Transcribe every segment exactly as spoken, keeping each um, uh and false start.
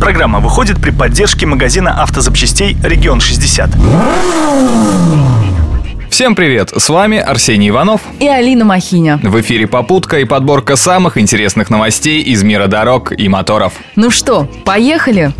Программа выходит при поддержке магазина автозапчастей «Регион шестьдесят». Всем привет! С вами Арсений Иванов и Алина Махиня. В эфире «Попутка» и подборка самых интересных новостей из мира дорог и моторов. Ну что, поехали?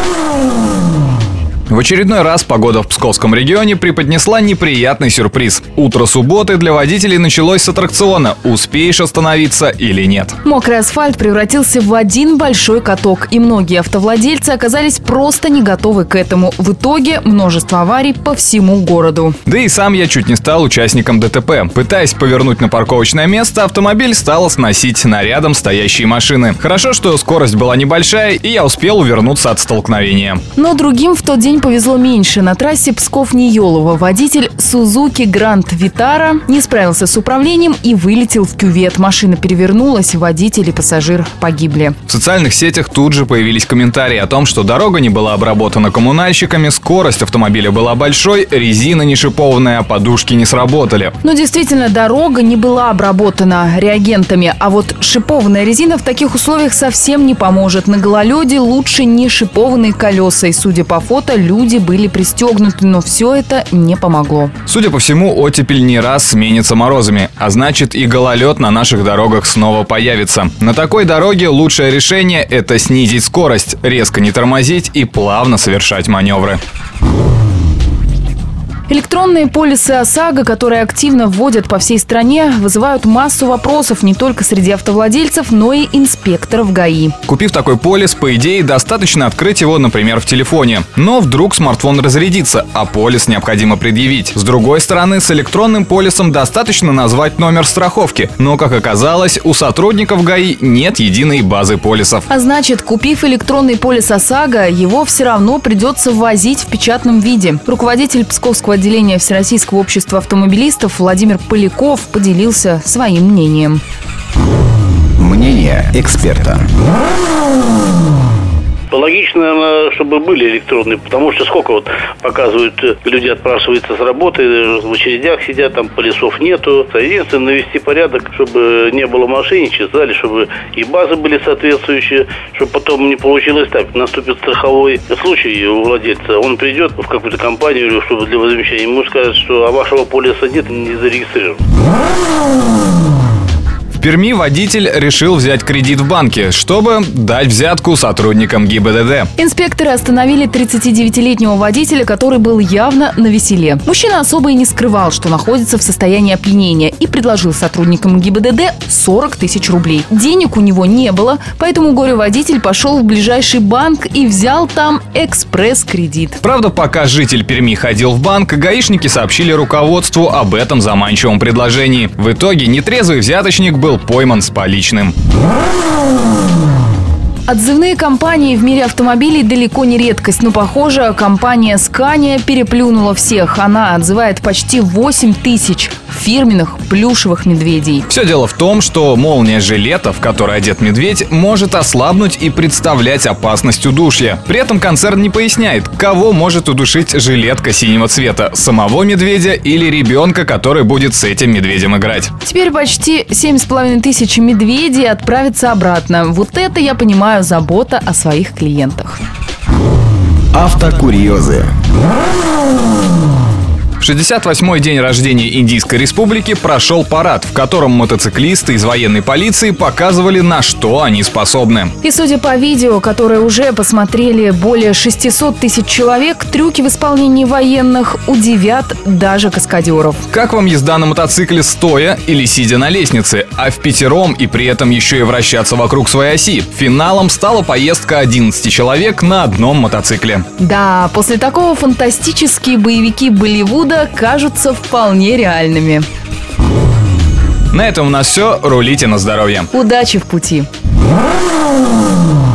В очередной раз погода в Псковском регионе преподнесла неприятный сюрприз. Утро субботы для водителей началось с аттракциона «Успеешь остановиться или нет?». Мокрый асфальт превратился в один большой каток, и многие автовладельцы оказались просто не готовы к этому. В итоге множество аварий по всему городу. Да и сам я чуть не стал участником ДТП. Пытаясь повернуть на парковочное место, автомобиль стал сносить на рядом стоящие машины. Хорошо, что скорость была небольшая, и я успел увернуться от столкновения. Но другим в тот день повезло меньше. На трассе Псков-Ниелово водитель Suzuki Grand Vitara не справился с управлением и вылетел в кювет. Машина перевернулась, водитель и пассажир погибли. В социальных сетях тут же появились комментарии о том, что дорога не была обработана коммунальщиками, скорость автомобиля была большой, резина не шипованная, подушки не сработали. Ну, действительно, дорога не была обработана реагентами, а вот шипованная резина в таких условиях совсем не поможет. На гололеде лучше не шипованные колеса, и, судя по фото, люди были пристегнуты, но все это не помогло. Судя по всему, оттепель не раз сменится морозами, а значит и гололед на наших дорогах снова появится. На такой дороге лучшее решение – это снизить скорость, резко не тормозить и плавно совершать маневры. Электронные полисы ОСАГО, которые активно вводят по всей стране, вызывают массу вопросов не только среди автовладельцев, но и инспекторов ГАИ. Купив такой полис, по идее, достаточно открыть его, например, в телефоне. Но вдруг смартфон разрядится, а полис необходимо предъявить. С другой стороны, с электронным полисом достаточно назвать номер страховки. Но, как оказалось, у сотрудников ГАИ нет единой базы полисов. А значит, купив электронный полис ОСАГО, его все равно придется ввозить в печатном виде. Руководитель Псковского отделения Всероссийского общества автомобилистов Владимир Поляков поделился своим мнением. Мнение эксперта. Логично, наверное, чтобы были электронные, потому что сколько вот показывают, люди отпрашиваются с работы, в очередях сидят, там полисов нету. Единственное, навести порядок, чтобы не было мошенничества, чтобы и базы были соответствующие, чтобы потом не получилось так. Наступит страховой случай у владельца, он придет в какую-то компанию, чтобы для возмещения, ему скажут, что а вашего полиса нет, не зарегистрирован. В Перми водитель решил взять кредит в банке, чтобы дать взятку сотрудникам ГИБДД. Инспекторы остановили тридцатидевятилетнего водителя, который был явно навеселе. Мужчина особо и не скрывал, что находится в состоянии опьянения, и предложил сотрудникам ГИБДД сорок тысяч рублей. Денег у него не было, поэтому горе-водитель пошел в ближайший банк и взял там экспресс-кредит. Правда, пока житель Перми ходил в банк, гаишники сообщили руководству об этом заманчивом предложении. В итоге нетрезвый взяточник был пойман с поличным. Отзывные компании в мире автомобилей далеко не редкость, но, похоже, компания Scania переплюнула всех. Она отзывает почти восемь тысяч фирменных плюшевых медведей. Все дело в том, что молния жилета, в которой одет медведь, может ослабнуть и представлять опасность удушья. При этом концерн не поясняет, кого может удушить жилетка синего цвета – самого медведя или ребенка, который будет с этим медведем играть. Теперь почти семь с половиной тысяч медведей отправятся обратно. Вот это, я понимаю, забота о своих клиентах. Автокурьезы. В шестьдесят восьмой день рождения Индийской Республики прошел парад, в котором мотоциклисты из военной полиции показывали, на что они способны. И судя по видео, которое уже посмотрели более шестисот тысяч человек, трюки в исполнении военных удивят даже каскадеров. Как вам езда на мотоцикле стоя или сидя на лестнице, а в пятером и при этом еще и вращаться вокруг своей оси? Финалом стала поездка одиннадцати человек на одном мотоцикле. Да, после такого фантастические боевики Болливуда кажутся вполне реальными. На этом у нас все. Рулите на здоровье. Удачи в пути.